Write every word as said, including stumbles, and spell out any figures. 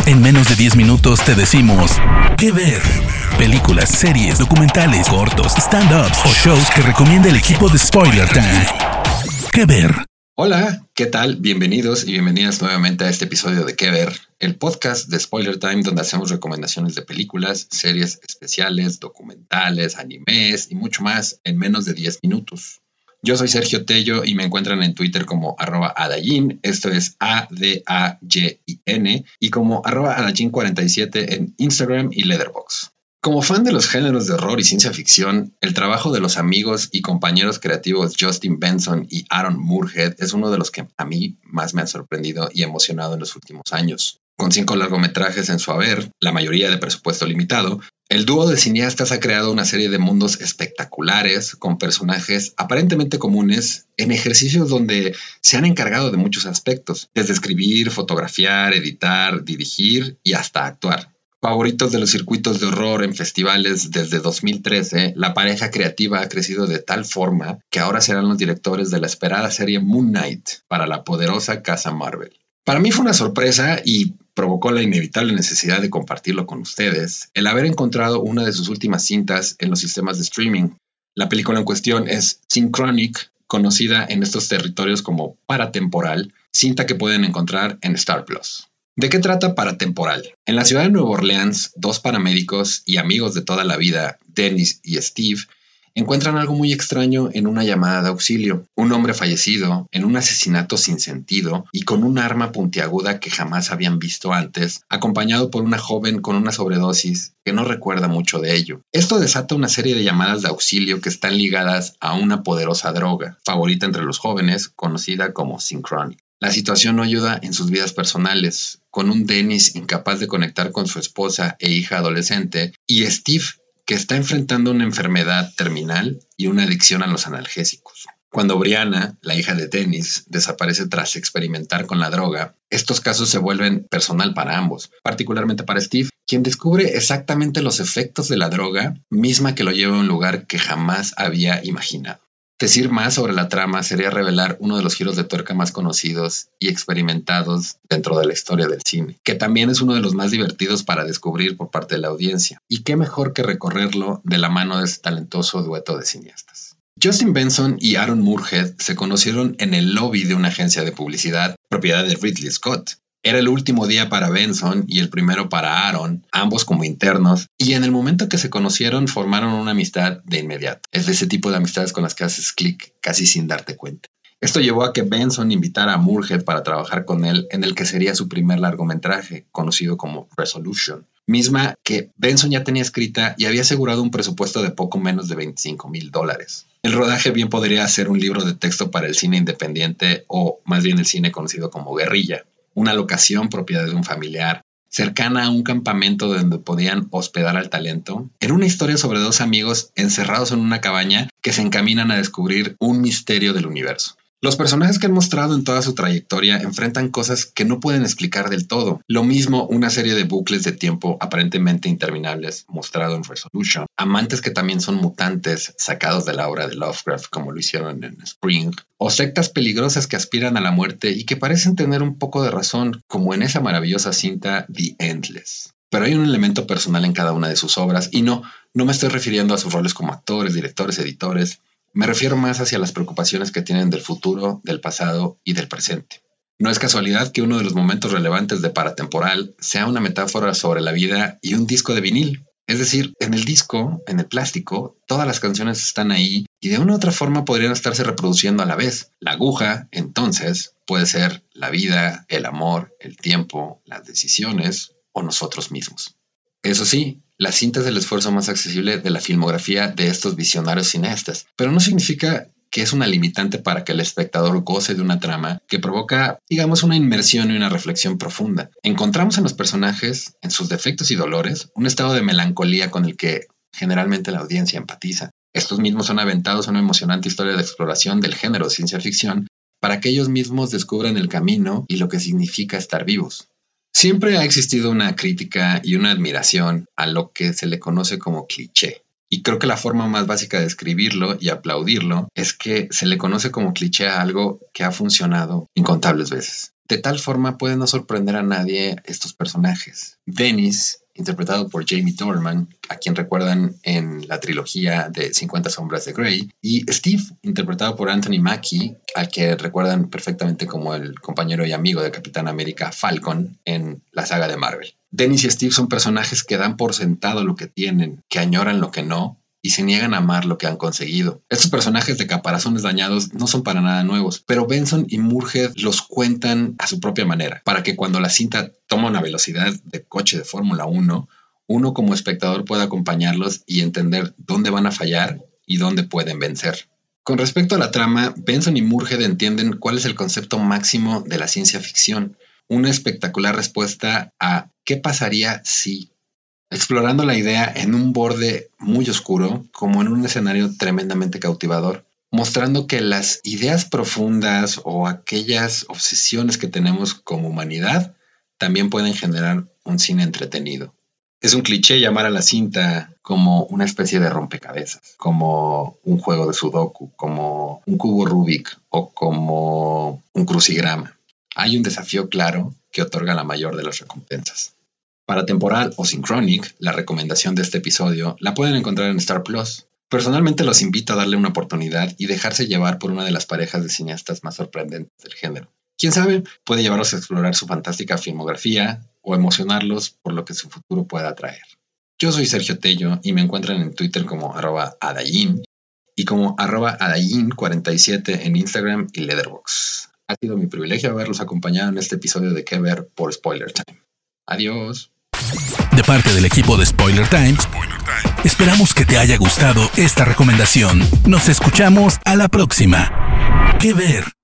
En menos de diez minutos te decimos qué ver. Películas, series, documentales, cortos, stand-ups o shows que recomienda el equipo de Spoiler Time. ¿Qué ver? Hola, ¿qué tal? Bienvenidos y bienvenidas nuevamente a este episodio de ¿Qué ver? El podcast de Spoiler Time donde hacemos recomendaciones de películas, series especiales, documentales, animes y mucho más en menos de diez minutos. Yo soy Sergio Tello y me encuentran en Twitter como arroba Adayin, esto es A D A Y I N, y como arroba Adayin cuarenta y siete en Instagram y Letterboxd. Como fan de los géneros de horror y ciencia ficción, el trabajo de los amigos y compañeros creativos Justin Benson y Aaron Moorhead es uno de los que a mí más me han sorprendido y emocionado en los últimos años. Con cinco largometrajes en su haber, la mayoría de presupuesto limitado, el dúo de cineastas ha creado una serie de mundos espectaculares con personajes aparentemente comunes en ejercicios donde se han encargado de muchos aspectos, desde escribir, fotografiar, editar, dirigir y hasta actuar. Favoritos de los circuitos de horror en festivales desde dos mil trece, la pareja creativa ha crecido de tal forma que ahora serán los directores de la esperada serie Moon Knight para la poderosa casa Marvel. Para mí fue una sorpresa y provocó la inevitable necesidad de compartirlo con ustedes, el haber encontrado una de sus últimas cintas en los sistemas de streaming. La película en cuestión es Synchronic, conocida en estos territorios como Paratemporal, cinta que pueden encontrar en Star Plus. ¿De qué trata Paratemporal? En la ciudad de Nueva Orleans, dos paramédicos y amigos de toda la vida, Dennis y Steve, encuentran algo muy extraño en una llamada de auxilio. Un hombre fallecido en un asesinato sin sentido y con un arma puntiaguda que jamás habían visto antes, acompañado por una joven con una sobredosis que no recuerda mucho de ello. Esto desata una serie de llamadas de auxilio que están ligadas a una poderosa droga, favorita entre los jóvenes, conocida como Synchronic. La situación no ayuda en sus vidas personales, con un Dennis incapaz de conectar con su esposa e hija adolescente, y Steve, que está enfrentando una enfermedad terminal y una adicción a los analgésicos. Cuando Brianna, la hija de Dennis, desaparece tras experimentar con la droga, estos casos se vuelven personal para ambos, particularmente para Steve, quien descubre exactamente los efectos de la droga, misma que lo lleva a un lugar que jamás había imaginado. Decir más sobre la trama sería revelar uno de los giros de tuerca más conocidos y experimentados dentro de la historia del cine, que también es uno de los más divertidos para descubrir por parte de la audiencia. Y qué mejor que recorrerlo de la mano de este talentoso dueto de cineastas. Justin Benson y Aaron Moorhead se conocieron en el lobby de una agencia de publicidad, propiedad de Ridley Scott. Era el último día para Benson y el primero para Aaron, ambos como internos, y en el momento que se conocieron formaron una amistad de inmediato. Es de ese tipo de amistades con las que haces clic casi sin darte cuenta. Esto llevó a que Benson invitara a Moorhead para trabajar con él en el que sería su primer largometraje, conocido como Resolution, misma que Benson ya tenía escrita y había asegurado un presupuesto de poco menos de veinticinco mil dólares. El rodaje bien podría ser un libro de texto para el cine independiente o más bien el cine conocido como guerrilla. Una locación propiedad de un familiar, cercana a un campamento donde podían hospedar al talento, era una historia sobre dos amigos encerrados en una cabaña que se encaminan a descubrir un misterio del universo. Los personajes que han mostrado en toda su trayectoria enfrentan cosas que no pueden explicar del todo. Lo mismo una serie de bucles de tiempo aparentemente interminables mostrado en Resolution. Amantes que también son mutantes sacados de la obra de Lovecraft como lo hicieron en Spring. O sectas peligrosas que aspiran a la muerte y que parecen tener un poco de razón como en esa maravillosa cinta The Endless. Pero hay un elemento personal en cada una de sus obras y no, no me estoy refiriendo a sus roles como actores, directores, editores. Me refiero más hacia las preocupaciones que tienen del futuro, del pasado y del presente. No es casualidad que uno de los momentos relevantes de Paratemporal sea una metáfora sobre la vida y un disco de vinil. Es decir, en el disco, en el plástico, todas las canciones están ahí y de una u otra forma podrían estarse reproduciendo a la vez. La aguja, entonces, puede ser la vida, el amor, el tiempo, las decisiones o nosotros mismos. Eso sí, la cinta es el esfuerzo más accesible de la filmografía de estos visionarios cineastas, pero no significa que es una limitante para que el espectador goce de una trama que provoca, digamos, una inmersión y una reflexión profunda. Encontramos en los personajes, en sus defectos y dolores, un estado de melancolía con el que generalmente la audiencia empatiza. Estos mismos son aventados a una emocionante historia de exploración del género de ciencia ficción para que ellos mismos descubran el camino y lo que significa estar vivos. Siempre ha existido una crítica y una admiración a lo que se le conoce como cliché. Y creo que la forma más básica de describirlo y aplaudirlo es que se le conoce como cliché a algo que ha funcionado incontables veces. De tal forma puede no sorprender a nadie estos personajes. Dennis, interpretado por Jamie Dornan, a quien recuerdan en la trilogía de cincuenta sombras de Grey, y Steve, interpretado por Anthony Mackie, al que recuerdan perfectamente como el compañero y amigo de Capitán América Falcon en la saga de Marvel. Dennis y Steve son personajes que dan por sentado lo que tienen, que añoran lo que no, y se niegan a amar lo que han conseguido. Estos personajes de caparazones dañados no son para nada nuevos, pero Benson y Murhead los cuentan a su propia manera, para que cuando la cinta toma una velocidad de coche de Fórmula uno, uno como espectador pueda acompañarlos y entender dónde van a fallar y dónde pueden vencer. Con respecto a la trama, Benson y Murhead entienden cuál es el concepto máximo de la ciencia ficción, una espectacular respuesta a ¿qué pasaría si? Explorando la idea en un borde muy oscuro, como en un escenario tremendamente cautivador, mostrando que las ideas profundas o aquellas obsesiones que tenemos como humanidad también pueden generar un cine entretenido. Es un cliché llamar a la cinta como una especie de rompecabezas, como un juego de sudoku, como un cubo Rubik o como un crucigrama. Hay un desafío claro que otorga la mayor de las recompensas. Para Temporal o Synchronic, la recomendación de este episodio la pueden encontrar en Star Plus. Personalmente los invito a darle una oportunidad y dejarse llevar por una de las parejas de cineastas más sorprendentes del género. Quién sabe, puede llevarlos a explorar su fantástica filmografía o emocionarlos por lo que su futuro pueda traer. Yo soy Sergio Tello y me encuentran en Twitter como arroba adayin y como arroba adayin cuarenta y siete en Instagram y Letterboxd. Ha sido mi privilegio haberlos acompañado en este episodio de ¿Qué ver? Por Spoiler Time. Adiós. De parte del equipo de Spoiler Time, esperamos que te haya gustado esta recomendación. Nos escuchamos a la próxima. ¿Qué ver?